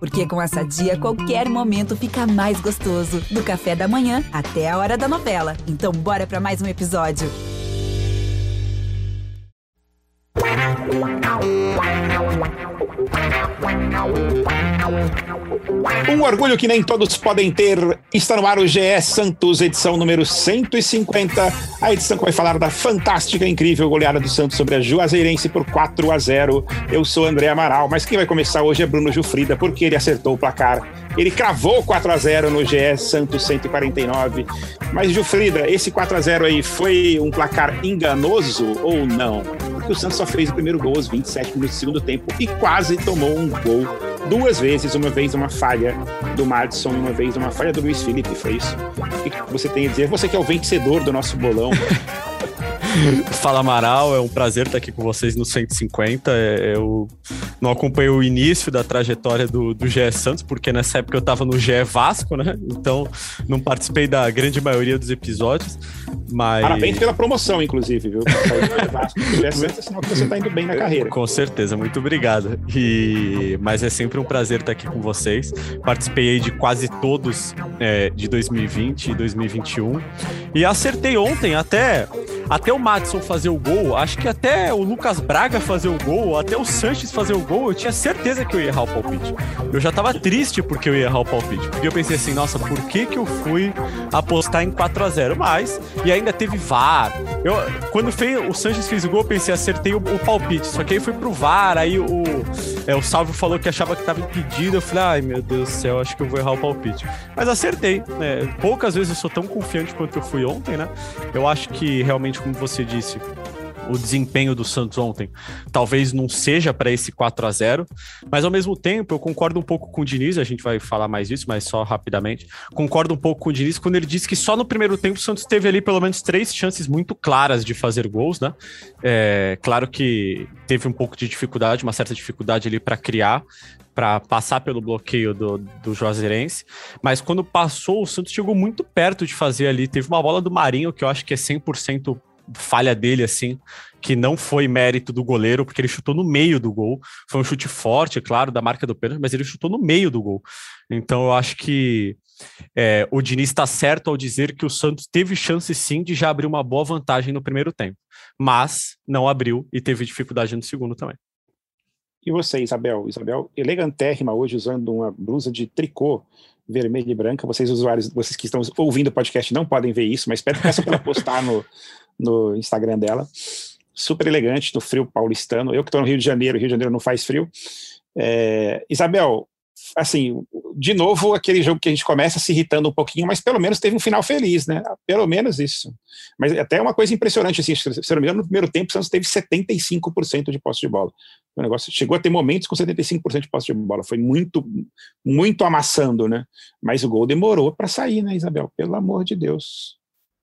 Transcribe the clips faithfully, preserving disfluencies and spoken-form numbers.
Porque com a Sadia, qualquer momento fica mais gostoso. Do café da manhã até a hora da novela. Então bora pra mais um episódio. Um orgulho que nem todos podem ter. Está no ar o G E Santos, edição número cento e cinquenta. A edição que vai falar da fantástica, incrível goleada do Santos sobre a Juazeirense por quatro a zero. Eu sou André Amaral, mas quem vai começar hoje é Bruno Giuffrida, porque ele acertou o placar. Ele cravou quatro a zero no G E Santos cento e quarenta e nove. Mas, Giuffrida, esse quatro a zero aí foi um placar enganoso ou não? Porque o Santos só fez o primeiro gol aos vinte e sete minutos do segundo tempo e quase tomou um gol duas vezes, uma vez uma falha do Madison e uma vez uma falha do Luiz Felipe. Foi isso? O que você tem a dizer? Você que é o vencedor do nosso bolão. Fala, Amaral, é um prazer estar aqui com vocês no cento e cinquenta. Eu não acompanhei o início da trajetória do, do G E Santos, porque nessa época eu estava no G E Vasco, né? Então não participei da grande maioria dos episódios. Mas... Parabéns pela promoção, inclusive, viu? Vasco, G E Santos é sinal que você está indo bem na carreira. Com certeza, muito obrigado. E... Mas é sempre um prazer estar aqui com vocês. Participei aí de quase todos é, de dois mil e vinte e dois mil e vinte e um. E acertei ontem até... Até o Madison fazer o gol, acho que até o Lucas Braga fazer o gol, até o Sanches fazer o gol, eu tinha certeza que eu ia errar o palpite. Eu já tava triste porque eu ia errar o palpite, porque eu pensei assim, nossa, por que que eu fui apostar em quatro a zero? Mas, e ainda teve V A R. Eu, quando fez, o Sanches fez o gol, eu pensei, acertei o, o palpite, só que aí foi pro V A R, aí o, é, o Salvio falou que achava que tava impedido, eu falei, ai meu Deus do céu, acho que eu vou errar o palpite. Mas acertei, né? Poucas vezes eu sou tão confiante quanto eu fui ontem, né? Eu acho que realmente, como você disse, o desempenho do Santos ontem talvez não seja para esse quatro a zero, mas ao mesmo tempo eu concordo um pouco com o Diniz, a gente vai falar mais disso, mas só rapidamente, concordo um pouco com o Diniz quando ele disse que só no primeiro tempo o Santos teve ali pelo menos três chances muito claras de fazer gols, né? É, claro que teve um pouco de dificuldade, uma certa dificuldade ali para criar, para passar pelo bloqueio do, do Juazeirense, mas quando passou, o Santos chegou muito perto de fazer ali, teve uma bola do Marinho, que eu acho que é cem por cento falha dele, assim, que não foi mérito do goleiro, porque ele chutou no meio do gol, foi um chute forte, claro, da marca do pênalti, mas ele chutou no meio do gol, então eu acho que é, o Diniz está certo ao dizer que o Santos teve chance sim de já abrir uma boa vantagem no primeiro tempo, mas não abriu e teve dificuldade no segundo também. E você, Isabel? Isabel, elegantérrima hoje, usando uma blusa de tricô vermelha e branca. Vocês, usuários, vocês que estão ouvindo o podcast não podem ver isso, mas peço para ela postar no, no Instagram dela. Super elegante, no frio paulistano. Eu que estou no Rio de Janeiro, Rio de Janeiro não faz frio. É, Isabel, assim, de novo, aquele jogo que a gente começa se irritando um pouquinho, mas pelo menos teve um final feliz, né? Pelo menos isso. Mas até uma coisa impressionante, assim, se não me engano, no primeiro tempo o Santos teve setenta e cinco por cento de posse de bola. O negócio chegou a ter momentos com setenta e cinco por cento de posse de bola. Foi muito, muito amassando, né? Mas o gol demorou para sair, né, Isabel? Pelo amor de Deus.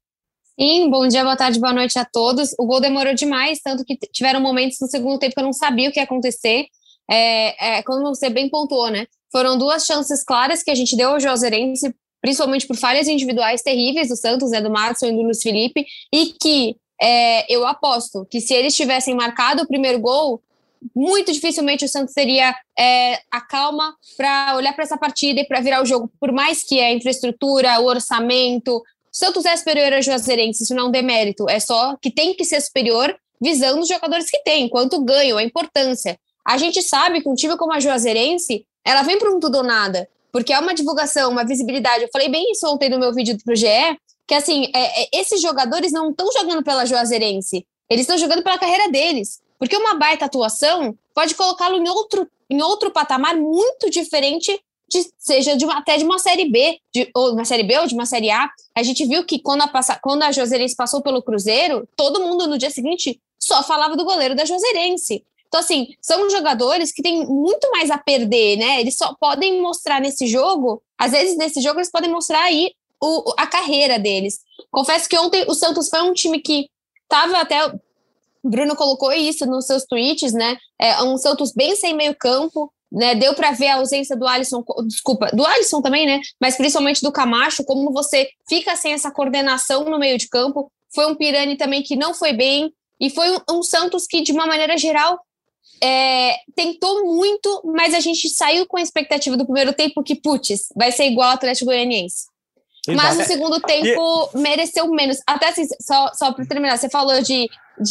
Sim, bom dia, boa tarde, boa noite a todos. O gol demorou demais, tanto que tiveram momentos no segundo tempo que eu não sabia o que ia acontecer. É, é, como você bem pontuou, né? Foram duas chances claras que a gente deu ao Juazeirense, principalmente por falhas individuais terríveis do Santos, né, do Madison e do Luiz Felipe, e que é, eu aposto que se eles tivessem marcado o primeiro gol, muito dificilmente o Santos teria é, a calma para olhar para essa partida e para virar o jogo, por mais que a infraestrutura, o orçamento, o Santos é superior ao Juazeirense, isso não é um demérito, é só que tem que ser superior visando os jogadores que tem, quanto ganham, a importância. A gente sabe que um time como a Juazeirense, ela vem para um tudo ou nada, porque é uma divulgação, uma visibilidade. Eu falei bem isso ontem no meu vídeo pro G E, que assim, é, é, esses jogadores não estão jogando pela Juazeirense, eles estão jogando pela carreira deles, porque uma baita atuação pode colocá-lo em outro, em outro patamar muito diferente, de, seja de uma, até de uma Série B, de, ou uma Série B ou de uma Série A. A gente viu que quando a, quando a Juazeirense passou pelo Cruzeiro, todo mundo no dia seguinte só falava do goleiro da Juazeirense. Então, assim, são jogadores que têm muito mais a perder, né? Eles só podem mostrar nesse jogo, às vezes nesse jogo eles podem mostrar aí o, a carreira deles. Confesso que ontem o Santos foi um time que estava até... O Bruno colocou isso nos seus tweets, né? É um Santos bem sem meio campo, né? Deu para ver a ausência do Alisson, desculpa, do Alisson também, né? Mas principalmente do Camacho, como você fica sem essa coordenação no meio de campo. Foi um Pirani também que não foi bem, e foi um, um Santos que, de uma maneira geral, é, tentou muito, mas a gente saiu com a expectativa do primeiro tempo que, putz, vai ser igual ao Atlético Goianiense. Mas no segundo tempo mereceu menos. Até assim, só, só para terminar, você falou de,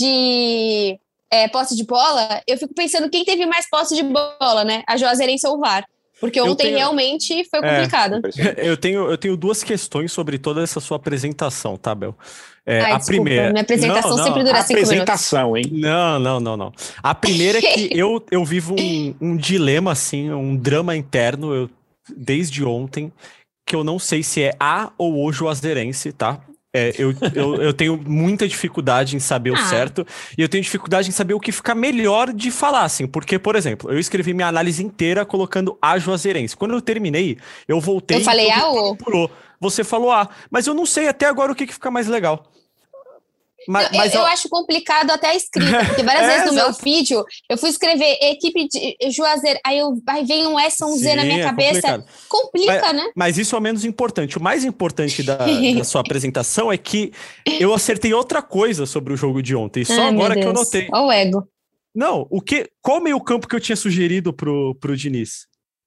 de é, posse de bola, eu fico pensando quem teve mais posse de bola, né? A Juazeirense ou o V A R? Porque ontem tenho, realmente foi complicado. É, eu, tenho, eu tenho duas questões sobre toda essa sua apresentação, tá, Bel? É, Ai, a desculpa, primeira... minha apresentação não, não. sempre dura cinco apresentação, minutos. hein? Não, não, não, não. A primeira é que eu, eu vivo um, um dilema, assim, um drama interno, eu, desde ontem, que eu não sei se é a ou o Juazeirense, tá? É, eu, eu, eu tenho muita dificuldade em saber ah. o certo, e eu tenho dificuldade em saber o que fica melhor de falar, assim, porque, por exemplo, eu escrevi minha análise inteira colocando a Juazeirense. Quando eu terminei, eu voltei... Eu falei a ou? Pulou. Você falou a, mas eu não sei até agora o que, que fica mais legal. Mas, eu, mas eu, eu acho complicado até a escrita, porque várias é, vezes no exato. meu vídeo eu fui escrever equipe de Juazeiro, aí, eu, aí vem um S, um Z Sim, na minha é cabeça. Complicado. Complica, mas, né? Mas isso é o menos importante. O mais importante da, da sua apresentação é que eu acertei outra coisa sobre o jogo de ontem, só Ai, agora que eu notei. Olha o ego. Não, o que, qual meio campo que eu tinha sugerido pro, pro Diniz?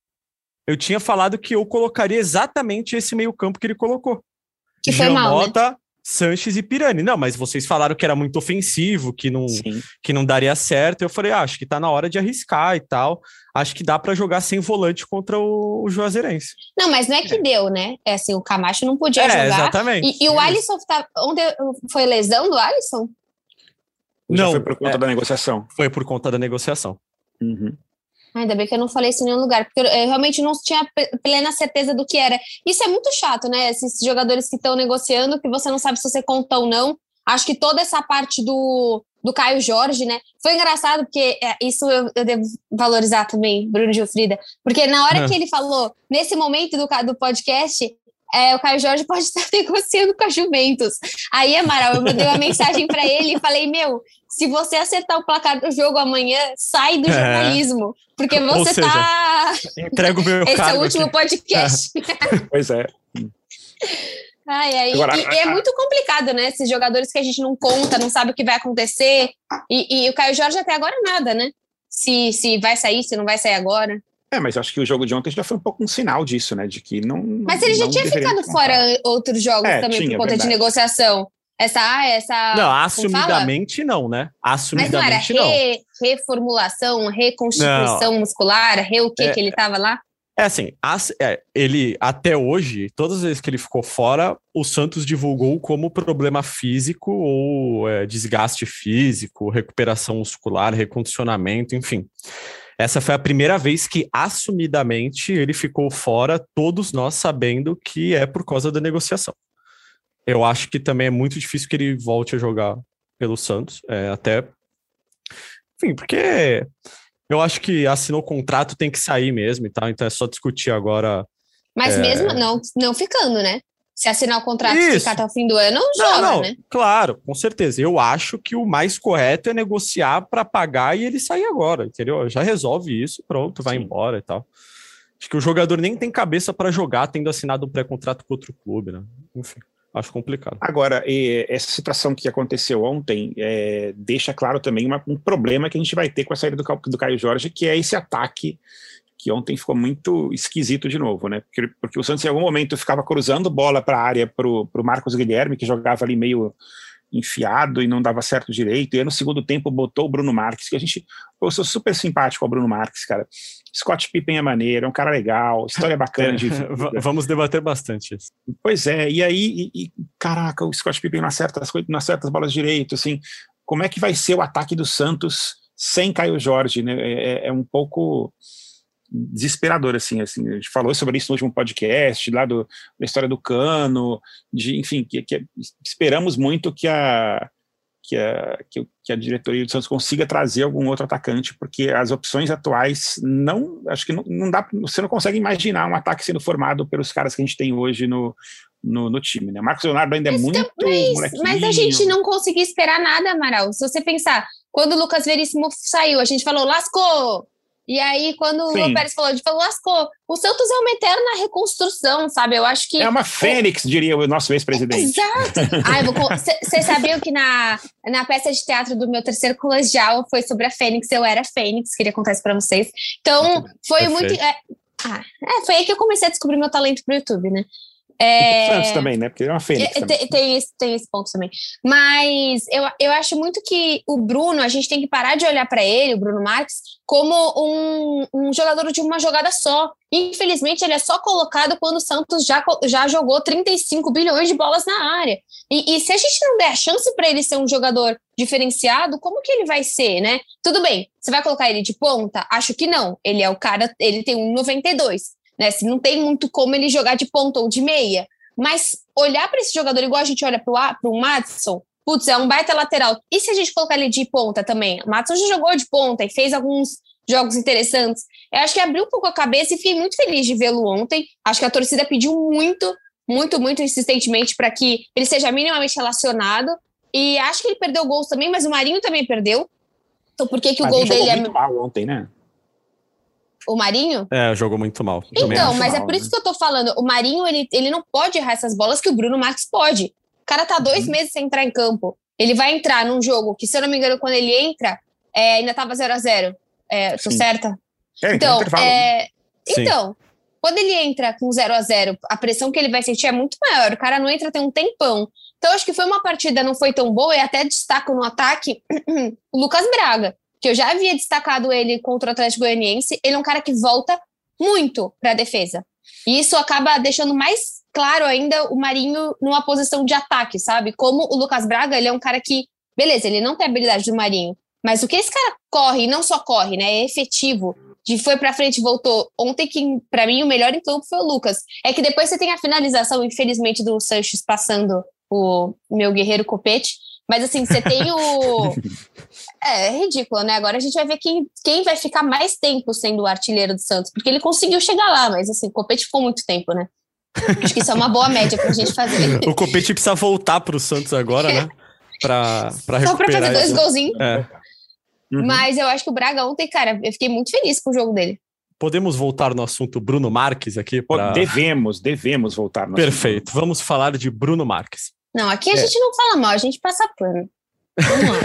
Eu tinha falado que eu colocaria exatamente esse meio campo que ele colocou. Que foi mal, Mota, né? Sanches e Pirani. Não, mas vocês falaram que era muito ofensivo, que não, que não daria certo. Eu falei, ah, acho que tá na hora de arriscar e tal. Acho que dá pra jogar sem volante contra o, o Juazeirense. Não, mas não é que é. deu, né? É assim, o Camacho não podia é, jogar. Exatamente. E, e o Alisson tá... Onde foi lesão do Alisson? Já não. Foi por conta é, da negociação. Foi por conta da negociação. Uhum. Ainda bem que eu não falei isso em nenhum lugar, porque eu realmente não tinha plena certeza do que era. Isso é muito chato, né? Esses jogadores que estão negociando, que você não sabe se você conta ou não. Acho que toda essa parte do, do Caio Jorge, né? Foi engraçado, porque é, isso eu, eu devo valorizar também, Bruno Gilfrida, porque na hora que ele falou, nesse momento do, do podcast, é, o Caio Jorge pode estar negociando com a Juventus. Aí, Amaral, eu mandei uma mensagem para ele e falei, meu, se você acertar o placar do jogo amanhã, sai do jornalismo, é. porque você seja, tá... entrega o meu Esse cargo é o último aqui. podcast. É. Pois é. Ai, ai, Agora, e, a... e é muito complicado, né? Esses jogadores que a gente não conta, não sabe o que vai acontecer. E, e o Caio Jorge até agora nada, né? Se, se vai sair, se não vai sair agora. É, mas acho que o jogo de ontem já foi um pouco um sinal disso, né? De que não. Mas ele já tinha ficado fora outros jogos é, também tinha, por conta verdade. de negociação. Essa, essa. Não, assumidamente não, né? Assumidamente Mas não era re, reformulação, reconstituição não. muscular, re o que é, que ele tava lá? É assim, as, é, ele até hoje, todas as vezes que ele ficou fora, o Santos divulgou como problema físico ou é, desgaste físico, recuperação muscular, recondicionamento, enfim. Essa foi a primeira vez que, assumidamente, ele ficou fora, todos nós sabendo que é por causa da negociação. Eu acho que também é muito difícil que ele volte a jogar pelo Santos, é, até... Enfim, porque eu acho que assinou o contrato, tem que sair mesmo e tal, então é só discutir agora... Mas é... mesmo não, não ficando, né? Se assinar o contrato e ficar até o fim do ano, não joga, não, né? Não, claro, com certeza. Eu acho que o mais correto é negociar para pagar e ele sair agora, entendeu? Já resolve isso, pronto, vai Sim. embora e tal. Acho que o jogador nem tem cabeça para jogar tendo assinado um pré-contrato com outro clube, né? Enfim, acho complicado. Agora, essa situação que aconteceu ontem é, deixa claro também uma, um problema que a gente vai ter com a saída do, do Caio Jorge, que é esse ataque que ontem ficou muito esquisito de novo, né? Porque, porque o Santos em algum momento ficava cruzando bola para a área para o Marcos Guilherme, que jogava ali meio enfiado e não dava certo direito, e aí no segundo tempo botou o Bruno Marques, que a gente, pô, eu sou super simpático ao Bruno Marques, cara. Scott Pippen é maneiro, é um cara legal, história bacana de vida. Vamos debater bastante isso. Pois é, e aí, e, e, caraca, o Scott Pippen não acerta as, não acerta as bolas direito, assim, como é que vai ser o ataque do Santos sem Caio Jorge, né? É, é um pouco... desesperador, assim, assim, a gente falou sobre isso no último podcast, lá do, da história do Cano, de, enfim, que, que esperamos muito que a, que, a, que, que a diretoria do Santos consiga trazer algum outro atacante, porque as opções atuais não, acho que não, não dá, você não consegue imaginar um ataque sendo formado pelos caras que a gente tem hoje no, no, no time, né? O Marcos Leonardo ainda é mas, muito mas, mas a gente não conseguia esperar nada, Amaral, se você pensar, quando o Lucas Veríssimo saiu, a gente falou, lascou. E aí, quando o Sim. Lua Pérez falou, ele falou, lascou. O Santos é uma eterna reconstrução, sabe? Eu acho que... É uma fênix, diria o nosso ex-presidente. Exato. Vocês sabiam que na, na peça de teatro do meu terceiro colegial foi sobre a Fênix, eu era Fênix, queria contar isso pra vocês. Então, foi Perfeito. muito... É, ah, é, foi aí que eu comecei a descobrir meu talento pro YouTube, né? É, O Santos também, né? Porque ele é uma fênix é, também. tem, tem, esse, tem esse ponto também. Mas eu, eu acho muito que o Bruno, a gente tem que parar de olhar para ele, o Bruno Marques, como um, um jogador de uma jogada só. Infelizmente, ele é só colocado quando o Santos já, já jogou trinta e cinco bilhões de bolas na área. E, e se a gente não der a chance para ele ser um jogador diferenciado, como que ele vai ser, né? Tudo bem, você vai colocar ele de ponta? Acho que não. Ele é o cara, ele tem um e noventa e dois. Né, se não tem muito como ele jogar de ponta ou de meia, mas olhar para esse jogador igual a gente olha para o Maddison, putz, é um baita lateral. E se a gente colocar ele de ponta também? O Maddison já jogou de ponta e fez alguns jogos interessantes. Eu acho que abriu um pouco a cabeça e fiquei muito feliz de vê-lo ontem. Acho que a torcida pediu muito, muito, muito insistentemente para que ele seja minimamente relacionado. E acho que ele perdeu gols também, mas o Marinho também perdeu. Então por que que o Marinho gol dele jogou é... muito mal ontem, né? O Marinho? É, jogou muito mal. Então, mas mal, é por né? isso que eu tô falando. O Marinho, ele, ele não pode errar essas bolas que o Bruno Marques pode. O cara tá dois Uhum. meses sem entrar em campo. Ele vai entrar num jogo que, se eu não me engano, quando ele entra, é, ainda tava zero a zero. É, tô Sim. certa? É, Então, intervalo, né? é, então, quando ele entra com zero a zero, a pressão que ele vai sentir é muito maior. O cara não entra tem um tempão. Então, acho que foi uma partida não foi tão boa, e até destaco no ataque o Lucas Braga, que eu já havia destacado ele contra o Atlético Goianiense. Ele é um cara que volta muito para a defesa. E isso acaba deixando mais claro ainda o Marinho numa posição de ataque, sabe? Como o Lucas Braga, ele é um cara que, beleza, ele não tem a habilidade do Marinho, mas o que esse cara corre, e não só corre, né? É efetivo. De foi pra frente e voltou. Ontem, que pra mim o melhor em campo foi o Lucas. É que depois você tem a finalização, infelizmente, do Sanches passando o meu guerreiro Copete. Mas assim, você tem o... É, é ridículo, né? Agora a gente vai ver quem, quem vai ficar mais tempo sendo o artilheiro do Santos. Porque ele conseguiu chegar lá, mas assim, o Copete ficou muito tempo, né? Acho que isso é uma boa média pra gente fazer. O Copete precisa voltar pro Santos agora, né? Pra, pra recuperar. Só pra fazer dois isso. golzinhos. É. Uhum. Mas eu acho que o Braga ontem, cara, eu fiquei muito feliz com o jogo dele. Podemos voltar no assunto Bruno Marques aqui? Pô, Pra... Devemos, devemos voltar. No Perfeito. Vamos falar de Bruno Marques. Não, aqui a É. gente não fala mal, a gente passa pano. Vamos lá.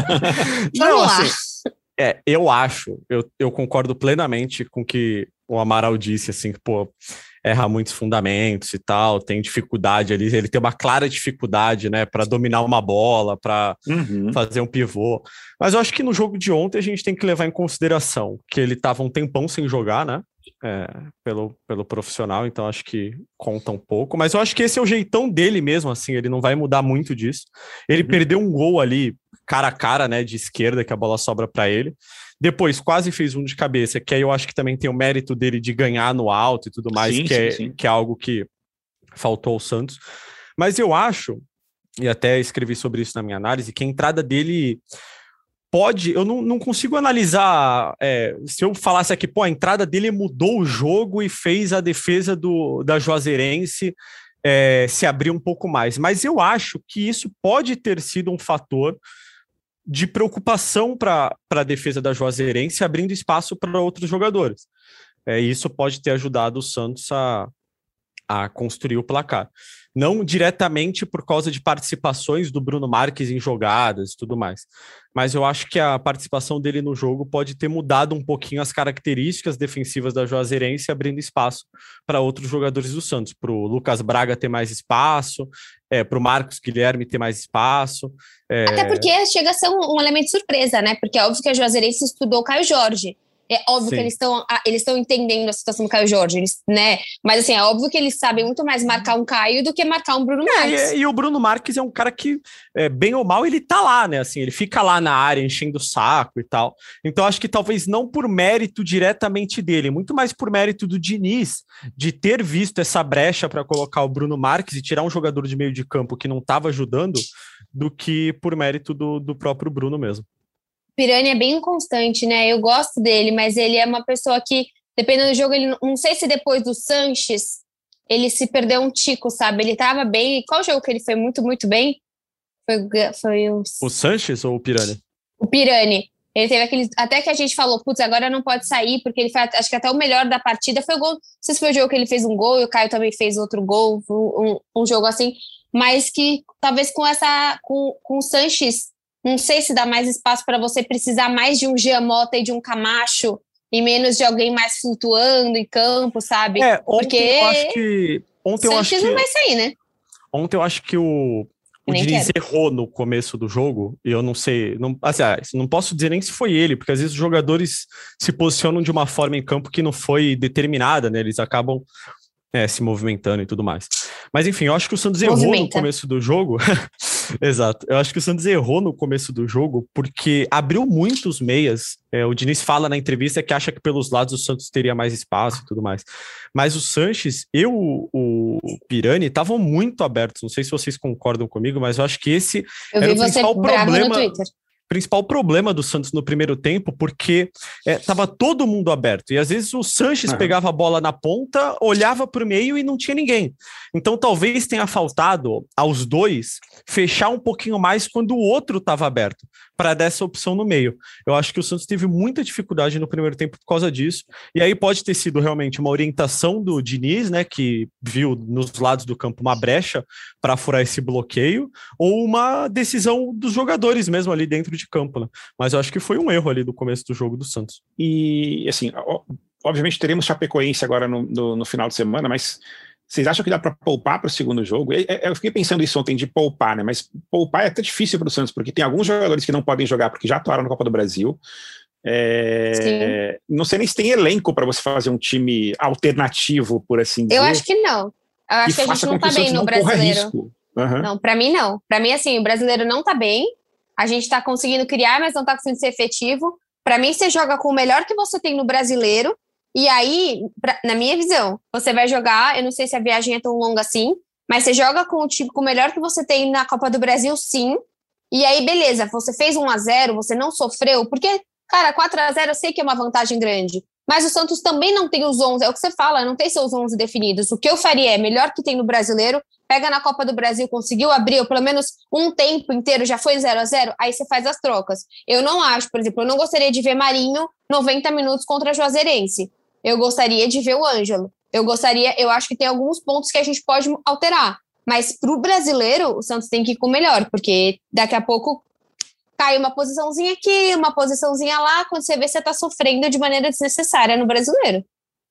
Não, Vamos lá. assim, é, eu acho, eu, eu concordo plenamente com o que o Amaral disse, assim, que, pô, erra muitos fundamentos e tal, tem dificuldade ali, ele tem uma clara dificuldade, né, para dominar uma bola, para Uhum. fazer um pivô. Mas eu acho que no jogo de ontem a gente tem que levar em consideração que ele estava um tempão sem jogar, né, é, pelo, pelo profissional, então acho que conta um pouco. Mas eu acho que esse é o jeitão dele mesmo, assim, ele não vai mudar muito disso. Ele Uhum. perdeu um gol ali, cara a cara, né, de esquerda, que a bola sobra para ele. Depois quase fez um de cabeça, que aí eu acho que também tem o mérito dele de ganhar no alto e tudo mais, Sim, que, sim, é, sim. que é algo que faltou ao Santos. Mas eu acho, e até escrevi sobre isso na minha análise, que a entrada dele pode... Eu não, não consigo analisar... é, se eu falasse aqui, pô, a entrada dele mudou o jogo e fez a defesa do, da Juazeirense é, se abrir um pouco mais. Mas eu acho que isso pode ter sido um fator de preocupação para a defesa da Juazeirense, abrindo espaço para outros jogadores. É, isso pode ter ajudado o Santos a, a construir o placar. Não diretamente por causa de participações do Bruno Marques em jogadas e tudo mais, mas eu acho que a participação dele no jogo pode ter mudado um pouquinho as características defensivas da Juazeirense, abrindo espaço para outros jogadores do Santos, para o Lucas Braga ter mais espaço, é, para o Marcos Guilherme ter mais espaço. É... Até porque chega a ser um, um elemento surpresa, né? Porque é óbvio que a Juazeirense estudou o Caio Jorge. É óbvio Sim. que eles estão eles estão entendendo a situação do Caio Jorge, eles, né? Mas assim, é óbvio que eles sabem muito mais marcar um Caio do que marcar um Bruno Marques. É, e, e o Bruno Marques é um cara que, é, bem ou mal, ele tá lá, né? Assim, ele fica lá na área enchendo o saco e tal. Então, acho que talvez não por mérito diretamente dele, muito mais por mérito do Diniz, de ter visto essa brecha para colocar o Bruno Marques e tirar um jogador de meio de campo que não estava ajudando, do que por mérito do, do próprio Bruno mesmo. Pirani é bem inconstante, né? Eu gosto dele, mas ele é uma pessoa que, dependendo do jogo, ele não, não sei se depois do Sanches ele se perdeu um tico, sabe? Ele tava bem. Qual jogo que ele foi muito, muito bem? Foi, foi o, O Sanches ou o Pirani? o Pirani. Ele teve aquele, até que a gente falou, putz, agora não pode sair, porque ele foi, acho que até o melhor da partida foi o gol, não sei se foi o jogo que ele fez um gol, e o Caio também fez outro gol, um, um, um jogo assim, mas que talvez com essa, com, com o Sanches, não sei se dá mais espaço para você precisar mais de um Giamota e de um Camacho, e menos de alguém mais flutuando em campo, sabe? É, ontem porque eu acho que... Ontem eu acho Sanches que, não vai sair, né? Ontem eu acho que o... O Nem Diniz quero. errou no começo do jogo, e eu não sei, não, assim, ah, não posso dizer nem se foi ele, porque às vezes os jogadores se posicionam de uma forma em campo que não foi determinada, né? Eles acabam é, se movimentando e tudo mais. Mas enfim, eu acho que o Santos errou Movimenta. no começo do jogo. Exato. Eu acho que o Santos errou no começo do jogo porque abriu muitos meias. É, o Diniz fala na entrevista que acha que pelos lados o Santos teria mais espaço e tudo mais. Mas o Sanches e o, o Pirani estavam muito abertos. Não sei se vocês concordam comigo, mas eu acho que esse Eu era vi o você principal bravo problema. no Twitter. Principal problema do Santos no primeiro tempo, porque é, tava todo mundo aberto, e às vezes o Sanches uhum. pegava a bola na ponta, olhava para o meio e não tinha ninguém. Então talvez tenha faltado aos dois fechar um pouquinho mais quando o outro estava aberto, para dar essa opção no meio. Eu acho que o Santos teve muita dificuldade no primeiro tempo por causa disso, e aí pode ter sido realmente uma orientação do Diniz, né, que viu nos lados do campo uma brecha para furar esse bloqueio, ou uma decisão dos jogadores mesmo ali dentro de campo, né? Mas eu acho que foi um erro ali do começo do jogo do Santos. E, assim, obviamente teremos Chapecoense agora no, no, no final de semana, mas vocês acham que dá para poupar para o segundo jogo? Eu fiquei pensando isso ontem, de poupar, né? Mas poupar é até difícil para o Santos, porque tem alguns jogadores que não podem jogar porque já atuaram na Copa do Brasil. É... Não sei nem se tem elenco para você fazer um time alternativo, por assim dizer. Eu acho que não. Eu acho que a gente não tá bem no brasileiro. Uhum. Não, para mim não. Para mim, assim, o brasileiro não tá bem. A gente tá conseguindo criar, mas não tá conseguindo ser efetivo. Para mim, você joga com o melhor que você tem no brasileiro. E aí, pra, na minha visão, você vai jogar, eu não sei se a viagem é tão longa assim, mas você joga com o time com o melhor que você tem na Copa do Brasil, sim. E aí, beleza, você fez um a zero, você não sofreu, porque, cara, quatro a zero eu sei que é uma vantagem grande. Mas o Santos também não tem os onze, é o que você fala, não tem seus onze definidos. O que eu faria é, melhor que tem no brasileiro, pega na Copa do Brasil, conseguiu abrir, ou pelo menos um tempo inteiro, já foi zero a zero, aí você faz as trocas. Eu não acho, por exemplo, eu não gostaria de ver Marinho noventa minutos contra a Juazeirense. Eu gostaria de ver o Ângelo. Eu gostaria, eu acho que tem alguns pontos que a gente pode alterar. Mas para o brasileiro, o Santos tem que ir com o melhor, porque daqui a pouco cai uma posiçãozinha aqui, uma posiçãozinha lá, quando você vê, você está sofrendo de maneira desnecessária no brasileiro.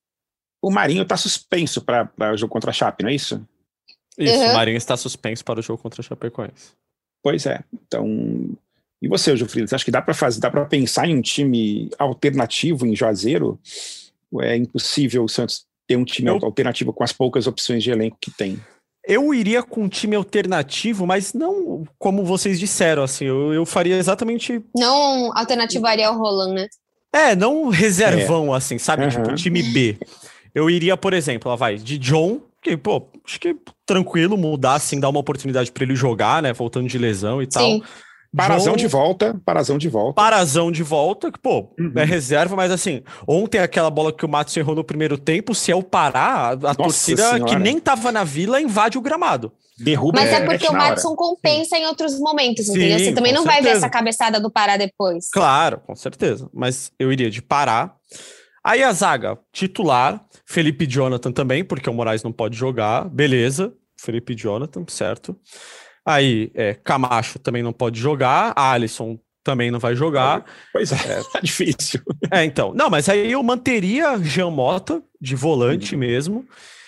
O Marinho está suspenso para o jogo contra a Chape, não é isso? Isso, Uhum. O Marinho está suspenso para o jogo contra a Chapecoense. Pois é. Então, e você, Jufrida, você acha que dá para fazer, dá para pensar em um time alternativo em Juazeiro? Ou é impossível o Santos ter um time Eu... alternativo com as poucas opções de elenco que tem? Eu iria com um time alternativo, mas não como vocês disseram, assim, eu, eu faria exatamente... Não alternativo Ariel Roland, né? É, não reservão, é. assim, sabe? Uhum. Tipo, time B. Eu iria, por exemplo, lá vai, de John, que, pô, acho que tranquilo mudar, assim, dar uma oportunidade para ele jogar, né, voltando de lesão e Sim. tal. Parazão John, de volta, Parazão de volta. Parazão de volta, que, pô, uhum. é reserva, mas assim, ontem aquela bola que o Matos errou no primeiro tempo, se é o Pará, a, a torcida senhora. Que nem tava na Vila invade o gramado. Derruba. Mas é porque o Madison compensa Sim. em outros momentos, Sim, entendeu? Você também não certeza. vai ver essa cabeçada do Pará depois. Claro, com certeza. Mas eu iria de Pará. Aí a zaga, titular, Felipe Jonathan também, porque o Moraes não pode jogar, beleza. Felipe Jonathan, certo. Aí, é, Camacho também não pode jogar, Alisson também não vai jogar. Pois é, é tá difícil. É, então. Não, mas aí eu manteria Jean Mota, de volante uhum. mesmo,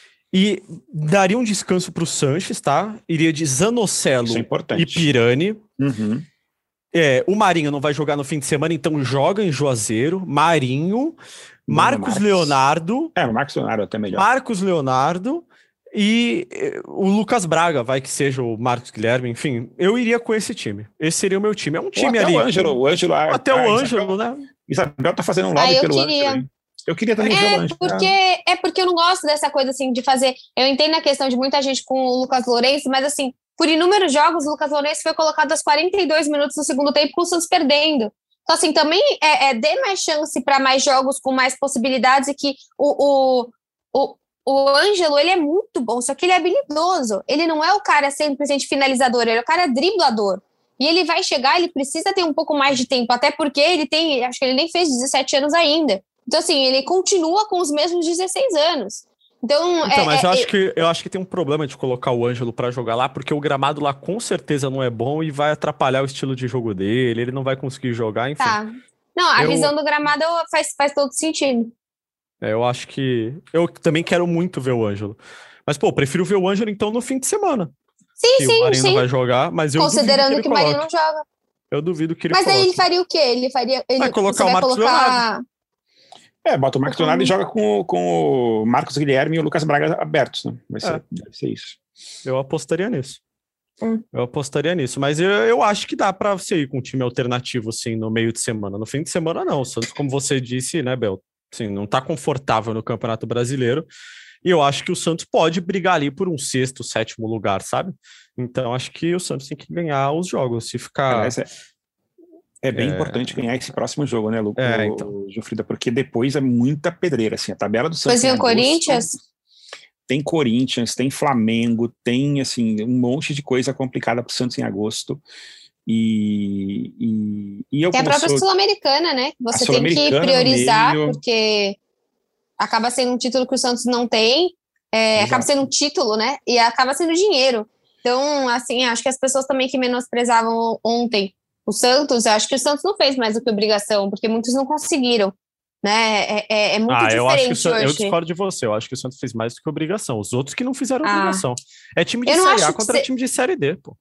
e daria um descanso para o Sanches, tá? Iria de Zanocelo é e Pirani. Uhum. É, o Marinho não vai jogar no fim de semana, então joga em Juazeiro. Marinho, Marcos, Marcos Leonardo. É, o Marcos Leonardo até melhor. Marcos Leonardo e o Lucas Braga, vai que seja o Marcos Guilherme, enfim, eu iria com esse time. Esse seria o meu time. É um time até ali. O Ângelo, o Ângelo, até ah, o Isabel, Ângelo, né? Isabel tá fazendo um lobby ah, pelo queria. Ângelo. Eu queria também ver o Ângelo. Porque, é porque eu não gosto dessa coisa assim de fazer. Eu entendo a questão de muita gente com o Lucas Lourenço, mas assim, por inúmeros jogos, o Lucas Lourenço foi colocado aos quarenta e dois minutos do segundo tempo com o Santos perdendo. Então, assim, também é, é, dê mais chance para mais jogos com mais possibilidades e que o, o, o, o Ângelo, ele é muito bom, só que ele é habilidoso. Ele não é o cara cem por cento finalizador, ele é o cara driblador. E ele vai chegar, ele precisa ter um pouco mais de tempo, até porque ele tem, acho que ele nem fez dezessete anos ainda. Então, assim, ele continua com os mesmos dezesseis anos. Então, então é, mas é, eu, é, acho que, eu acho que tem um problema de colocar o Ângelo para jogar lá, porque o gramado lá com certeza não é bom e vai atrapalhar o estilo de jogo dele, ele não vai conseguir jogar, enfim. Tá. Não, a eu, visão do gramado faz, faz todo sentido. É, eu acho que... Eu também quero muito ver o Ângelo. Mas, pô, prefiro ver o Ângelo, então, no fim de semana. Sim, que sim, o Marinho sim. não vai jogar, mas eu Considerando duvido que, que o Marinho não joga. Eu duvido que ele Mas coloque. aí ele faria o quê? Ele faria... Ele, vai colocar você o vai Marcos colocar... Leonardo. É, bota o Marcos Leonardo e joga com, com o Marcos Guilherme e o Lucas Braga abertos, né? Vai ser, É. Deve ser isso. Eu apostaria nisso. Hum. Eu apostaria nisso. Mas eu, eu acho que dá pra você ir com um time alternativo, assim, no meio de semana. No fim de semana, não. O Santos, como você disse, né, Bel? Assim, não tá confortável no Campeonato Brasileiro. E eu acho que o Santos pode brigar ali por um sexto, sétimo lugar, sabe? Então, acho que o Santos tem que ganhar os jogos. Se ficar... Aliás, é, é bem É. importante ganhar esse próximo jogo, né, Lu, É, o- então. Gilfrida? Porque depois é muita pedreira, assim. A tabela do Santos Depois vem em o agosto Corinthians. tem Corinthians, tem Flamengo, tem, assim, um monte de coisa complicada pro Santos em agosto. E, e, e eu, Tem a como própria sou... Sul-Americana, né? Que você A tem que Sul-Americana no priorizar, meio. porque acaba sendo um título que o Santos não tem, é, Exato. acaba sendo um título, né? E acaba sendo dinheiro. Então, assim, acho que as pessoas também que menosprezavam ontem o Santos, eu acho que o Santos não fez mais do que obrigação, porque muitos não conseguiram, né? É, é, é muito Ah, eu acho que o diferente San- eu hoje. discordo de você. Eu acho que o Santos fez mais do que obrigação. Os outros que não fizeram Ah. obrigação. É time de Eu não Série A acho que contra cê- time de Série D, pô.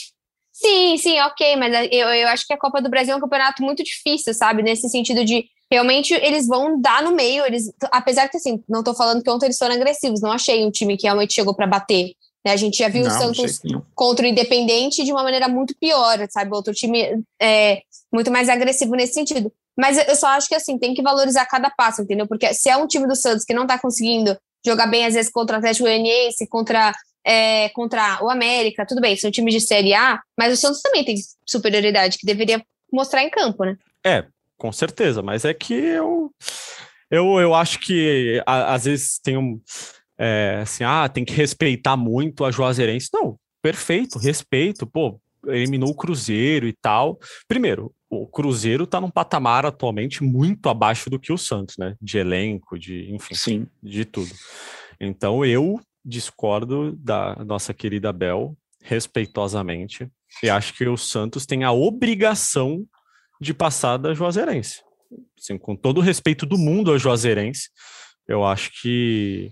Sim, sim, ok, mas eu, eu acho que a Copa do Brasil é um campeonato muito difícil, sabe? Nesse sentido de, realmente, eles vão dar no meio, eles, apesar que, assim, não tô falando que ontem eles foram agressivos, não achei um time que realmente chegou para bater, né? A gente já viu Não, o de Santos jeito nenhum. contra o Independente de uma maneira muito pior, sabe? Outro time é, muito mais agressivo nesse sentido. Mas eu só acho que, assim, tem que valorizar cada passo, entendeu? Porque se é um time do Santos que não tá conseguindo jogar bem, às vezes, contra o Atlético Goianiense, contra... É, contra o América, tudo bem, são times de Série A, mas o Santos também tem superioridade que deveria mostrar em campo, né? É, com certeza, mas é que eu eu, eu acho que a, às vezes tem um é, assim, ah, tem que respeitar muito a Juazeirense. Não, perfeito, respeito, pô, eliminou o Cruzeiro e tal. Primeiro, o Cruzeiro tá num patamar atualmente muito abaixo do que o Santos, né? De elenco, de, enfim, Sim. de tudo. Então eu discordo da nossa querida Bel, respeitosamente, e acho que o Santos tem a obrigação de passar da Juazeirense. Assim, com todo o respeito do mundo ao Juazeirense, eu acho que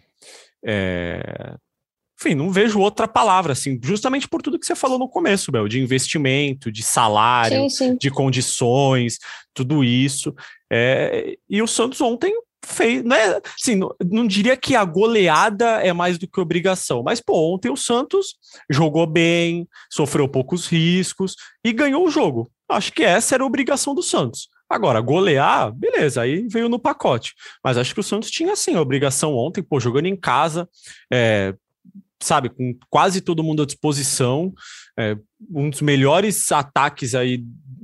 é... enfim, não vejo outra palavra, assim, justamente por tudo que você falou no começo, Bel, de investimento, de salário, Sim, sim. de condições, tudo isso. É... E o Santos ontem fez, né? Assim, não, não diria que a goleada é mais do que obrigação, mas pô, ontem o Santos jogou bem, sofreu poucos riscos e ganhou o jogo. Acho que essa era a obrigação do Santos. Agora, golear, beleza, aí veio no pacote. Mas acho que o Santos tinha, sim, a obrigação ontem, pô, jogando em casa, é, sabe, com quase todo mundo à disposição, é, um dos melhores ataques aí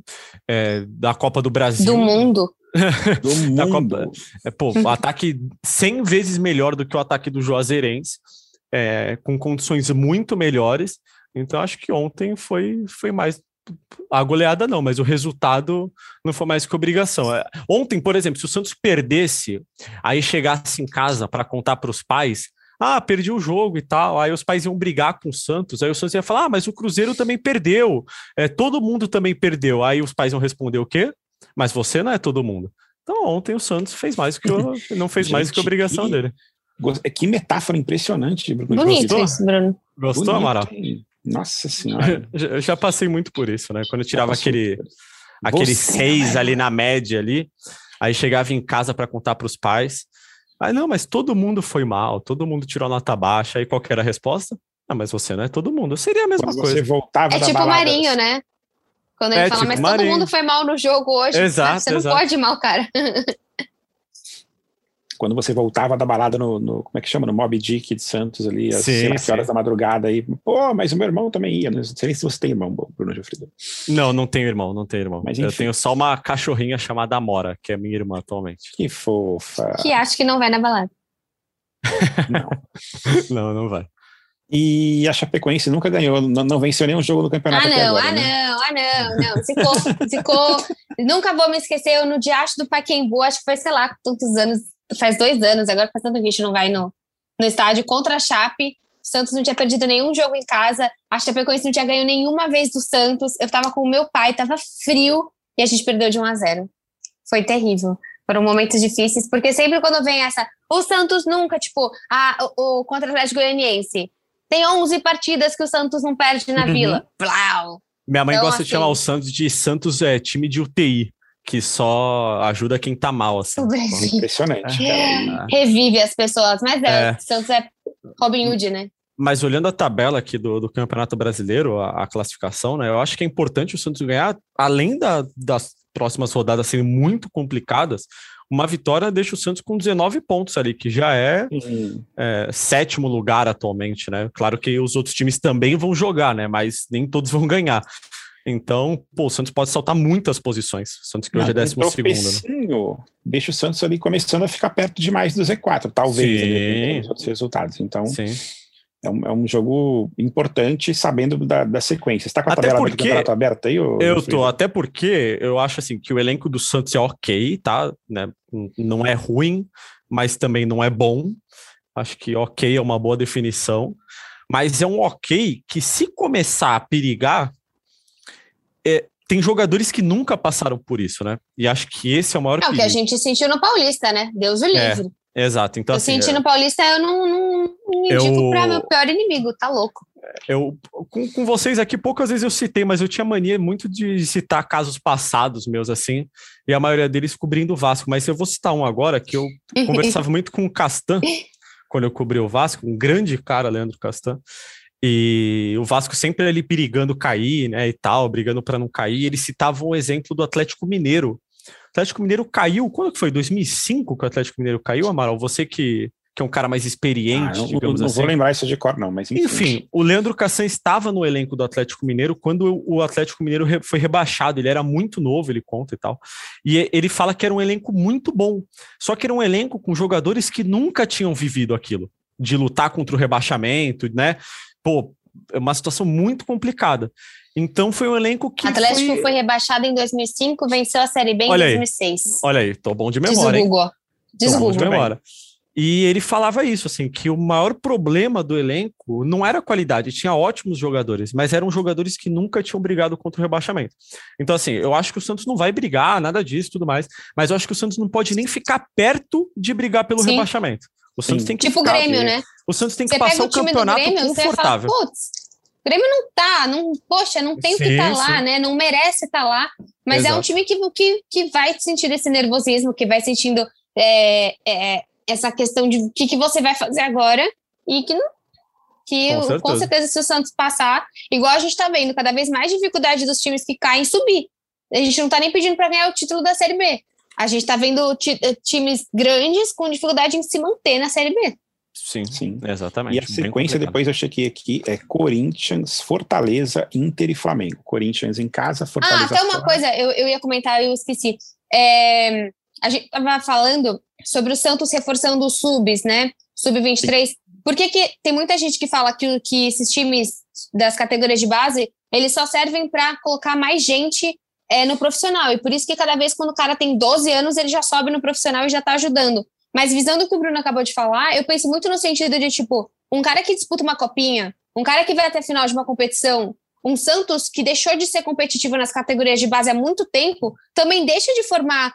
é, da Copa do Brasil. Do mundo. Do Da mundo. Copa, é, pô, o ataque cem vezes melhor do que o ataque do Juazeirense, é, com condições muito melhores. Então, acho que ontem foi, foi mais... A goleada não, mas o resultado não foi mais que obrigação. É, ontem, por exemplo, se o Santos perdesse, aí chegasse em casa para contar para os pais, ah, perdi o jogo e tal, aí os pais iam brigar com o Santos, aí o Santos ia falar, ah, mas o Cruzeiro também perdeu, é, todo mundo também perdeu. Aí os pais iam responder o quê? Mas você não é todo mundo. Então ontem o Santos fez mais do que o, não fez mais do que a obrigação que, dele. Que metáfora impressionante, Bruno. Bonito Gostou? isso, Bruno. Gostou, Bonito, Amaral? hein? Nossa senhora. Eu já passei muito por isso, né? Quando eu tirava Passou. aquele, aquele Você seis não é- ali na média ali, aí chegava em casa para contar para os pais. Aí não, mas todo mundo foi mal, todo mundo tirou nota baixa. Aí qual que era a resposta? Ah, mas você não é todo mundo. Seria a mesma Quando coisa. você voltava É da tipo o balada, Marinho, né? Quando ele É fala, tipo mas Marinho. todo mundo foi mal no jogo hoje. Exato, Você não exato. pode ir mal, cara. Quando você voltava da balada no, no- como é que chama? No Mob Dick de Santos ali, às Sim, sei lá que sim. horas da madrugada aí. Pô, mas o meu irmão também ia. Não sei nem se você tem irmão, Bruno Gilfrida. Não, não tenho irmão, não tenho irmão. Mas, eu enfim. tenho só uma cachorrinha chamada Amora, que é minha irmã atualmente. Que fofa. Que acho que não vai na balada. Não. Não, não vai. E a Chapecoense nunca ganhou, não, não venceu nenhum jogo no campeonato ah, não, até agora. Ah, né? não, ah, não, não. Ficou, ficou. Nunca vou me esquecer, eu no Diacho do Pacaembu, acho que foi, sei lá, tantos anos, faz dois anos, agora faz tanto que a gente não vai no, no estádio, contra a Chape. O Santos não tinha perdido nenhum jogo em casa, a Chapecoense não tinha ganho nenhuma vez do Santos. Eu tava com o meu pai, tava frio, e a gente perdeu de um a zero. Foi terrível. Foram momentos difíceis, porque sempre quando vem essa, o Santos nunca, tipo, a, o, o contra o Atlético Goianiense, tem onze partidas que o Santos não perde na Uhum. Vila. Blau. Minha mãe Então, gosta assim, de chamar o Santos de Santos é time de U T I, que só ajuda quem tá mal, assim. Sobrevive. Impressionante, cara. E- Revive as pessoas, mas é, É. o Santos é Robin Hood, né? Mas olhando a tabela aqui do, do Campeonato Brasileiro, a, a classificação, né? Eu acho que é importante o Santos ganhar, além da, das próximas rodadas serem muito complicadas, uma vitória deixa o Santos com dezenove pontos ali, que já é, Hum. é sétimo lugar atualmente, né? Claro que os outros times também vão jogar, né? Mas nem todos vão ganhar. Então, pô, o Santos pode saltar muitas posições. O Santos que hoje é Um décimo segundo, né? tropecinho deixa o Santos ali começando a ficar perto demais do Z quatro, talvez, Sim. dependendo dos outros resultados. Então, Sim. é um, é um jogo importante, sabendo da, da sequência. Você tá com a Até tabela do porque campeonato aberta aí? Ou Eu não tô, até porque eu acho assim que o elenco do Santos é ok, tá? Né? Não é ruim, mas também não é bom. Acho que ok é uma boa definição. Mas é um ok que, se começar a perigar, é, tem jogadores que nunca passaram por isso, né? E acho que esse é o maior É o que a gente sentiu no Paulista, né? Deus o livre. É, exato. Então, eu assim, senti é, no Paulista, eu não, não, não indico Eu- pra meu pior inimigo, tá louco. eu com, com vocês aqui, poucas vezes eu citei, mas eu tinha mania muito de citar casos passados meus, assim, e a maioria deles cobrindo o Vasco. Mas eu vou citar um agora, que eu conversava muito com o Castan, quando eu cobri o Vasco, um grande cara, Leandro Castan, e o Vasco sempre ali perigando cair, né, e tal, brigando para não cair. Ele citava um exemplo do Atlético Mineiro. O Atlético Mineiro caiu, quando que foi? dois mil e cinco que o Atlético Mineiro caiu, Amaral? Você que, que é um cara mais Ah, experiente, não, digamos não assim. vou lembrar isso de cor, não, mas enfim. Enfim, o Leandro Cassan estava no elenco do Atlético Mineiro quando o Atlético Mineiro re- foi rebaixado. Ele era muito novo, ele conta e tal. E e- ele fala que era um elenco muito bom. Só que era um elenco com jogadores que nunca tinham vivido aquilo, de lutar contra o rebaixamento, né? Pô, é uma situação muito complicada. Então foi um elenco que O Atlético foi... foi rebaixado em dois mil e cinco, venceu a Série B em Olha aí. dois mil e seis. Olha aí, tô bom de Diz o memória, hein? Google. Diz Tô o bom de Google. memória. E ele falava isso, assim, que o maior problema do elenco não era a qualidade, tinha ótimos jogadores, mas eram jogadores que nunca tinham brigado contra o rebaixamento. Então, assim, eu acho que o Santos não vai brigar, nada disso, tudo mais, mas eu acho que o Santos não pode nem ficar perto de brigar pelo Sim. rebaixamento. O Santos Sim. tem que Tipo o ficar, Grêmio, né? O Santos tem que Você passar pega o o time do campeonato Grêmio, você fala, confortável. putz, o Grêmio não tá, não, poxa, não tem o que Sim, tá lá, sim. né? Não merece estar lá. Mas é um Exato. time que, que, que vai sentindo esse nervosismo, que vai sentindo é, é, essa questão de o que, que você vai fazer agora e que não. Que Com com certeza. certeza. com certeza, se o Santos passar, igual a gente tá vendo, cada vez mais dificuldade dos times que caem subir. A gente não tá nem pedindo para ganhar o título da Série B. A gente tá vendo ti- times grandes com dificuldade em se manter na Série B. Sim, Sim. exatamente. E a bem sequência, complicado. depois eu chequei aqui, é Corinthians, Fortaleza, Inter e Flamengo. Corinthians em casa, Ah, Fortaleza até uma fora. coisa, eu, eu ia comentar, eu esqueci. É, a gente estava falando sobre o Santos reforçando os subs, né? sub vinte e três. Por que que tem muita gente que fala que, que esses times das categorias de base, eles só servem para colocar mais gente é, no profissional. E por isso que cada vez quando o cara tem doze anos, ele já sobe no profissional e já está ajudando. Mas visando o que o Bruno acabou de falar, eu penso muito no sentido de, tipo, um cara que disputa uma copinha, um cara que vai até a final de uma competição, um Santos que deixou de ser competitivo nas categorias de base há muito tempo, também deixa de formar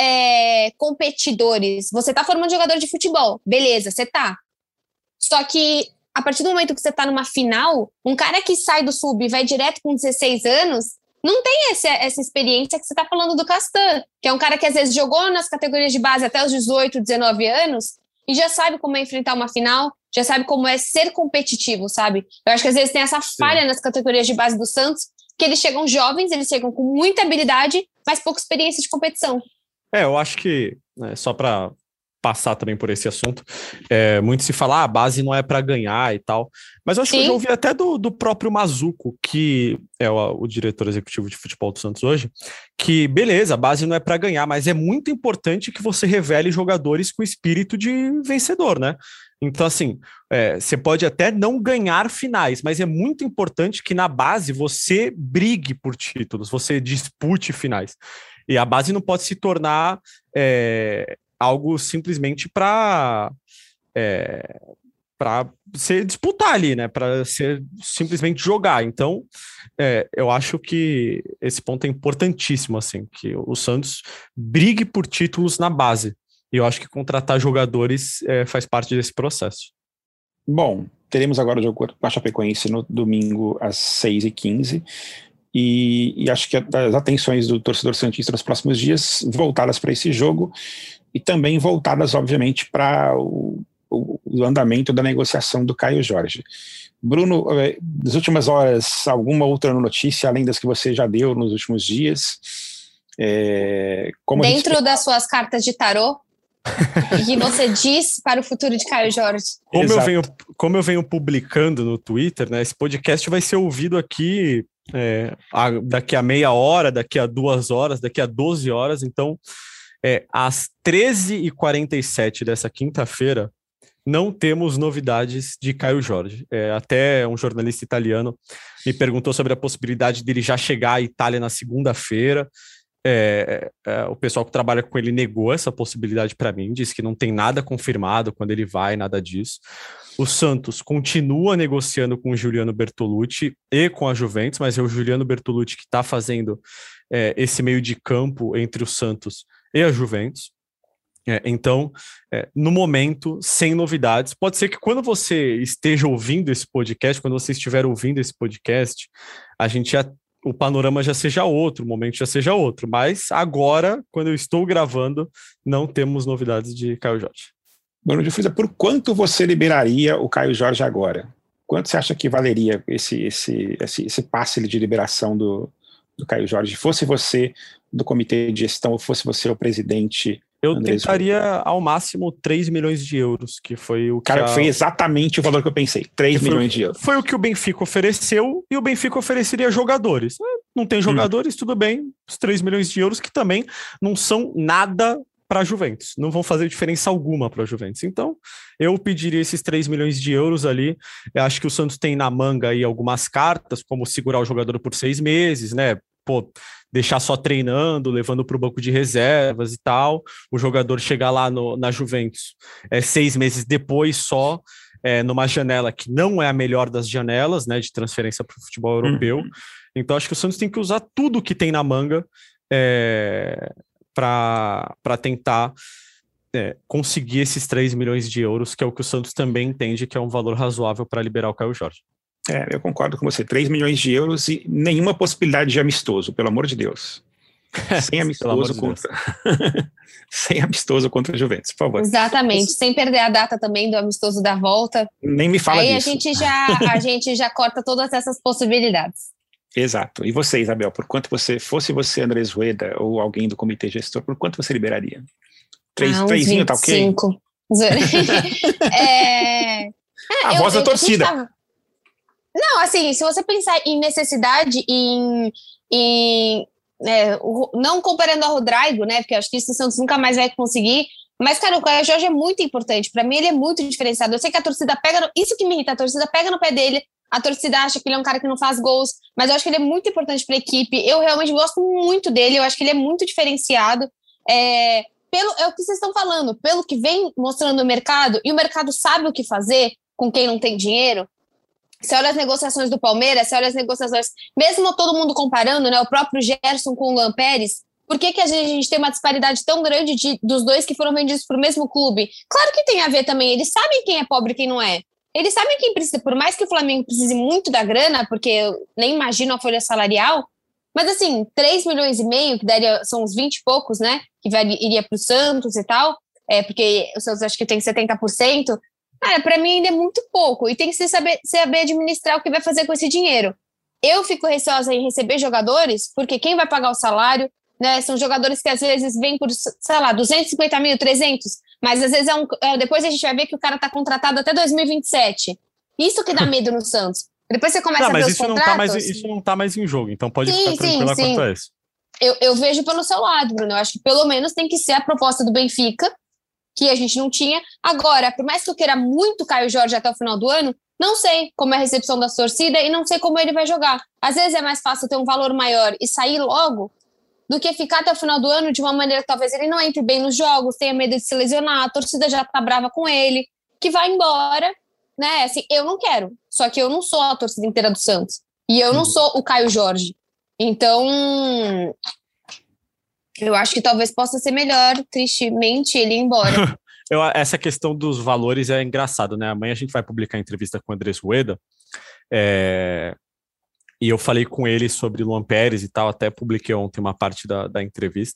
é, competidores. Você tá formando jogador de futebol, beleza, você tá. Só que, a partir do momento que você tá numa final, um cara que sai do sub e vai direto com dezesseis anos, não tem essa, essa experiência que você tá falando do Castan, que é um cara que às vezes jogou nas categorias de base até os dezoito, dezenove anos e já sabe como é enfrentar uma final, já sabe como é ser competitivo, sabe? Eu acho que às vezes tem essa falha Sim. nas categorias de base do Santos, que eles chegam jovens, eles chegam com muita habilidade, mas pouca experiência de competição. É, eu acho que, né, só para passar também por esse assunto. É, muito se fala, ah, a base não é para ganhar e tal. Mas eu acho Sim. que eu já ouvi até do, do próprio Mazuco, que é o, o diretor executivo de futebol do Santos hoje, que beleza, a base não é para ganhar, mas é muito importante que você revele jogadores com espírito de vencedor, né? Então, assim, é, você pode até não ganhar finais, mas é muito importante que na base você brigue por títulos, você dispute finais. E a base não pode se tornar é, algo simplesmente para é, para ser disputar ali, né? Para ser simplesmente jogar. Então, é, eu acho que esse ponto é importantíssimo, assim, que o Santos brigue por títulos na base. E eu acho que contratar jogadores é, faz parte desse processo. Bom, teremos agora o jogo com a Chapecoense no domingo às seis e quinze. E, e acho que as atenções do torcedor santista nos próximos dias voltadas para esse jogo e também voltadas, obviamente, para o, o, o andamento da negociação do Caio Jorge. Bruno, nas últimas horas, alguma outra notícia, além das que você já deu nos últimos dias? É, como Dentro gente... das suas cartas de tarô? Que você diz para o futuro de Caio Jorge. Como eu, venho, como eu venho publicando no Twitter, né, esse podcast vai ser ouvido aqui é, a, daqui a meia hora, daqui a duas horas, daqui a doze horas. Então, é, às treze e quarenta e sete dessa quinta-feira, não temos novidades de Caio Jorge. É, até um jornalista italiano me perguntou sobre a possibilidade dele já chegar à Itália na segunda-feira. É, é, o pessoal que trabalha com ele negou essa possibilidade para mim, disse que não tem nada confirmado quando ele vai, nada disso. O Santos continua negociando com o Juliano Bertolucci e com a Juventus, mas é o Juliano Bertolucci que está fazendo é, esse meio de campo entre o Santos e a Juventus. É, então, é, no momento, sem novidades. Pode ser que quando você esteja ouvindo esse podcast, quando você estiver ouvindo esse podcast, a gente já o panorama já seja outro, o momento já seja outro, mas agora, quando eu estou gravando, não temos novidades de Caio Jorge. Bruno de Frisa, por quanto você liberaria o Caio Jorge agora? Quanto você acha que valeria esse, esse, esse, esse passe de liberação do, do Caio Jorge? Fosse você do comitê de gestão ou fosse você o presidente? Eu Andrés tentaria Rui. Ao máximo três milhões de euros, que foi o que Cara, a... foi exatamente o valor que eu pensei, três milhões de euros. Foi o que o Benfica ofereceu, e o Benfica ofereceria jogadores. Não tem jogadores, hum. tudo bem, os três milhões de euros que também não são nada para a Juventus, não vão fazer diferença alguma para a Juventus. Então, eu pediria esses três milhões de euros ali. Eu acho que o Santos tem na manga aí algumas cartas, como segurar o jogador por seis meses, né? Pô, deixar só treinando, levando para o banco de reservas e tal, o jogador chegar lá no, na Juventus é, seis meses depois só, é, numa janela que não é a melhor das janelas, né, de transferência para o futebol europeu. Uhum. Então acho que o Santos tem que usar tudo que tem na manga é, para tentar é, conseguir esses três milhões de euros, que é o que o Santos também entende que é um valor razoável para liberar o Caio Jorge. É, eu concordo com você, três milhões de euros e nenhuma possibilidade de amistoso, pelo amor de Deus. Sem amistoso de contra sem amistoso contra a Juventus, por favor. Exatamente, sem perder a data também do amistoso da volta. Nem me fala Aí disso. Aí a gente já a gente já corta todas essas possibilidades. Exato. E você, Isabel, por quanto você, fosse você, Andrés Rueda, ou alguém do comitê gestor, por quanto você liberaria? Três, ah, trêsinho, tá ok? é... é, a eu, voz da torcida. Tava... Não, assim, se você pensar em necessidade, em, em é, o, não comparando ao Rodrigo, né, porque eu acho que isso o Santos nunca mais vai conseguir, mas, cara, o Caio Jorge é muito importante, pra mim ele é muito diferenciado, eu sei que a torcida pega, no, isso que me irrita, a torcida pega no pé dele, a torcida acha que ele é um cara que não faz gols, mas eu acho que ele é muito importante pra equipe, eu realmente gosto muito dele, eu acho que ele é muito diferenciado, é, pelo, é o que vocês estão falando, pelo que vem mostrando o mercado, e o mercado sabe o que fazer com quem não tem dinheiro. Você olha as negociações do Palmeiras, você olha as negociações, mesmo todo mundo comparando, né, o próprio Gerson com o Luan Pérez, por que, que a, gente, a gente tem uma disparidade tão grande de, dos dois que foram vendidos para o mesmo clube? Claro que tem a ver também, eles sabem quem é pobre e quem não é. Eles sabem quem precisa, por mais que o Flamengo precise muito da grana, porque eu nem imagino a folha salarial, mas assim, três milhões e meio, que daria, são uns vinte e poucos, né, que vai, iria para o Santos e tal, é, porque o Santos acho que tem setenta por cento, cara, para mim ainda é muito pouco e tem que saber, saber administrar o que vai fazer com esse dinheiro. Eu fico receosa em receber jogadores, porque quem vai pagar o salário, né, são jogadores que às vezes vêm por, sei lá, duzentos e cinquenta mil, trezentos, Mas às vezes é um, é, depois a gente vai ver que o cara tá contratado até dois mil e vinte e sete. Isso que dá medo no Santos. Depois você começa não, a ver mas os isso contratos... Não tá mais, isso não tá mais em jogo, então pode sim, ficar tranquila sim, quanto sim. a isso. Eu, eu vejo pelo seu lado, Bruno. Eu acho que pelo menos tem que ser a proposta do Benfica, que a gente não tinha. Agora, por mais que eu queira muito Caio Jorge até o final do ano, não sei como é a recepção da torcida e não sei como ele vai jogar. Às vezes é mais fácil ter um valor maior e sair logo do que ficar até o final do ano de uma maneira que talvez ele não entre bem nos jogos, tenha medo de se lesionar, a torcida já tá brava com ele, que vai embora, né? Assim, eu não quero. Só que eu não sou a torcida inteira do Santos. E eu não sou o Caio Jorge. Então, eu acho que talvez possa ser melhor, tristemente, ele ir embora. Eu, essa questão dos valores é engraçado, né? Amanhã a gente vai publicar a entrevista com o Andrés Rueda, é, e eu falei com ele sobre Luan Pérez e tal, até publiquei ontem uma parte da, da entrevista,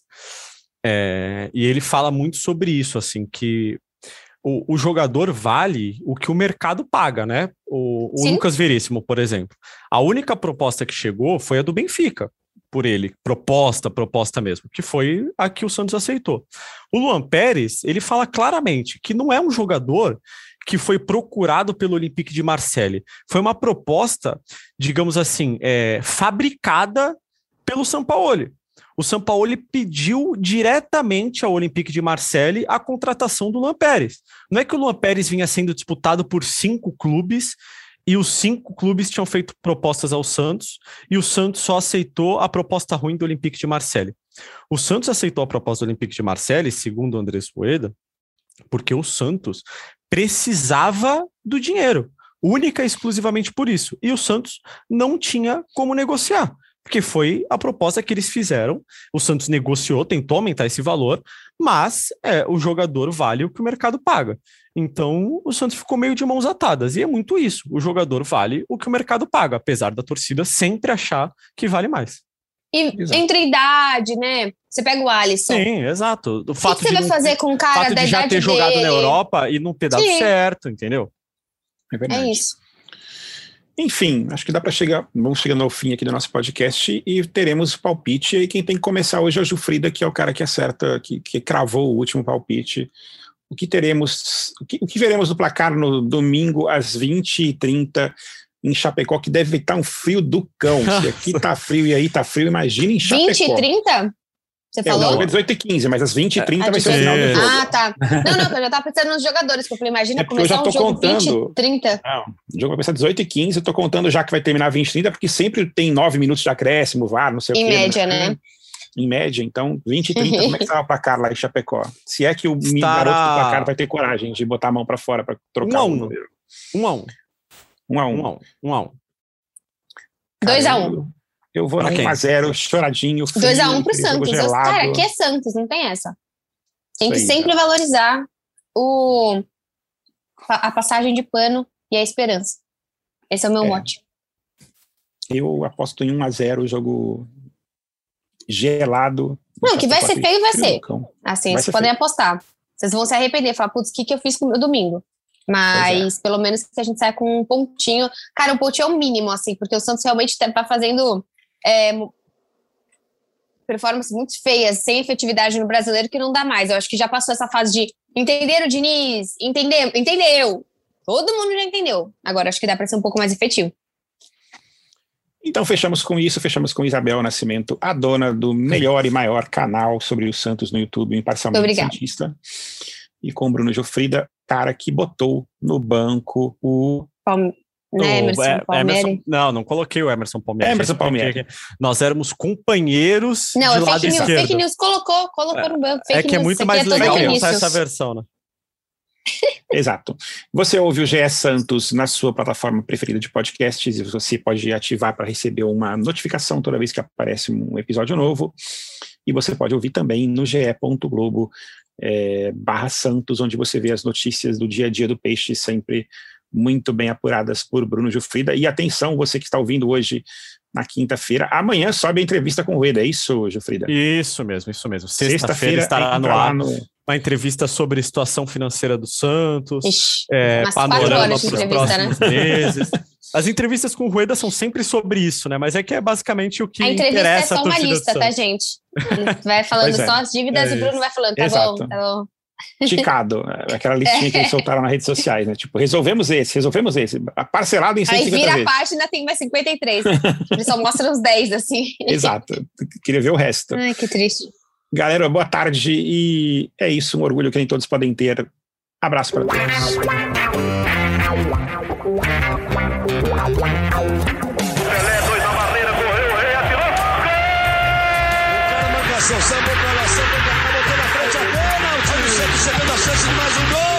é, e ele fala muito sobre isso, assim, que o, o jogador vale o que o mercado paga, né? O, o Lucas Veríssimo, por exemplo. A única proposta que chegou foi a do Benfica, por ele, proposta, proposta mesmo, que foi a que o Santos aceitou. O Luan Pérez, ele fala claramente que não é um jogador que foi procurado pelo Olympique de Marseille. Foi uma proposta, digamos assim, é, fabricada pelo Sampaoli. O Sampaoli pediu diretamente ao Olympique de Marseille a contratação do Luan Pérez. Não é que o Luan Pérez vinha sendo disputado por cinco clubes e os cinco clubes tinham feito propostas ao Santos e o Santos só aceitou a proposta ruim do Olympique de Marseille. O Santos aceitou a proposta do Olympique de Marseille, segundo o Andrés Rueda, porque o Santos precisava do dinheiro, única e exclusivamente por isso. E o Santos não tinha como negociar, porque foi a proposta que eles fizeram. O Santos negociou, tentou aumentar esse valor, mas é, o jogador vale o que o mercado paga. Então, o Santos ficou meio de mãos atadas, e é muito isso. O jogador vale o que o mercado paga, apesar da torcida sempre achar que vale mais. E exato. Entre idade, né? Você pega o Alisson. Sim, exato. O fato que, que você de vai fazer ter, com um cara fato da de já idade ter jogado dele? na Europa e não ter dado Sim. certo, entendeu? É verdade. É isso. Enfim, acho que dá para chegar, vamos chegando ao fim aqui do nosso podcast e teremos palpite, e quem tem que começar hoje é o Gilfrida, que é o cara que acerta, que, que cravou o último palpite. O que teremos, o que, o que veremos no placar no domingo às vinte e trinta em Chapecó, que deve estar um frio do cão. Se aqui tá frio e aí tá frio, imagina em Chapecó. vinte e trinta? Você é, falou? Não, é dezoito e quinze, mas às vinte e trinta é, vai ser o final do jogo. Ah, tá. Não, não, eu já tava pensando nos jogadores, que eu falei, imagina é começar um jogo contando, vinte e trinta. Não, o jogo vai começar dezoito e quinze, eu tô contando já que vai terminar vinte e trinta, porque sempre tem nove minutos de acréscimo, V A R, não sei o quê. Em média, né? né? Em média, então, vinte e trinta, como é que tá o placar lá em Chapecó? Se é que o Estará... garoto do placar vai ter coragem de botar a mão pra fora pra trocar um o número. Um a um. Um a um. Um a um. Um a um. Dois a um. Eu vou no okay. um a zero, choradinho, frio, dois a um pro Santos. gelado. Cara, aqui é Santos, não tem essa. Tem que aí, sempre tá. valorizar o, a passagem de pano e a esperança. Esse é o meu É. mote. Eu aposto em um a zero, jogo gelado. Não, que vai ser feio, vai ser. Cão. Assim, Vai vocês ser podem feio. apostar. Vocês vão se arrepender, falar, putz, o que, que eu fiz com o meu domingo? Mas, pelo menos, que a gente saia com um pontinho. Cara, um pontinho é o mínimo, assim, porque o Santos realmente tá fazendo é, performances muito feias, sem efetividade no brasileiro, que não dá mais. Eu acho que já passou essa fase de entender o Diniz, entender, entendeu. Todo mundo já entendeu. Agora, acho que dá pra ser um pouco mais efetivo. Então fechamos com isso, fechamos com Isabel Nascimento, a dona do melhor e maior canal sobre o Santos no YouTube, Imparcialmente Santista, e com o Bruno Gilfrida, cara que botou no banco o... Palme... Né, Emerson é, Palmieri? Emerson, não, não coloquei o Emerson Palmieri. Emerson Palmieri. Nós éramos companheiros não, de é lado fake news, esquerdo. Fake news colocou, colocou é, no banco. Fake é que news, é muito isso mais aqui é legal todo usar Vinícius. essa versão, né? Exato. Você ouve o G E Santos na sua plataforma preferida de podcasts e você pode ativar para receber uma notificação toda vez que aparece um episódio novo. E você pode ouvir também no ge.globo é, barra Santos, onde você vê as notícias do dia a dia do Peixe, sempre muito bem apuradas por Bruno Gilfrida. E atenção, você que está ouvindo hoje na quinta-feira, amanhã sobe a entrevista com o Rueda, é isso, Gilfrida? Isso mesmo, isso mesmo. Sexta-feira Sexta-feira estará no lá ar no... uma entrevista sobre a situação financeira do Santos, Ixi, é, umas quatro panorama horas de para os entrevista, próximos né? meses. As entrevistas com o Rueda são sempre sobre isso, né? Mas é que é basicamente o que A entrevista interessa é só a uma torcida do lista, tá, Santos. gente? Ele vai falando Pois é. só as dívidas É e o Bruno isso. vai falando, tá Exato. bom, tá bom. ticado. Aquela listinha que eles soltaram nas redes sociais, né? Tipo, resolvemos esse, resolvemos esse. Parcelado em cento e cinquenta vezes. Aí vira vezes. a página, tem mais cinquenta e três. Eles só mostram os dez, assim. Exato. Queria ver o resto. Ai, que triste. Galera, boa tarde. E é isso, um orgulho que nem todos podem ter. Abraço para todos. Pelé, dois na barreira, correu, o rei atirou. Gol! O cara manda a ação, sambou pra lá, sambou pra cá, botou na frente a bola. O time sempre chegando a chance de mais um gol.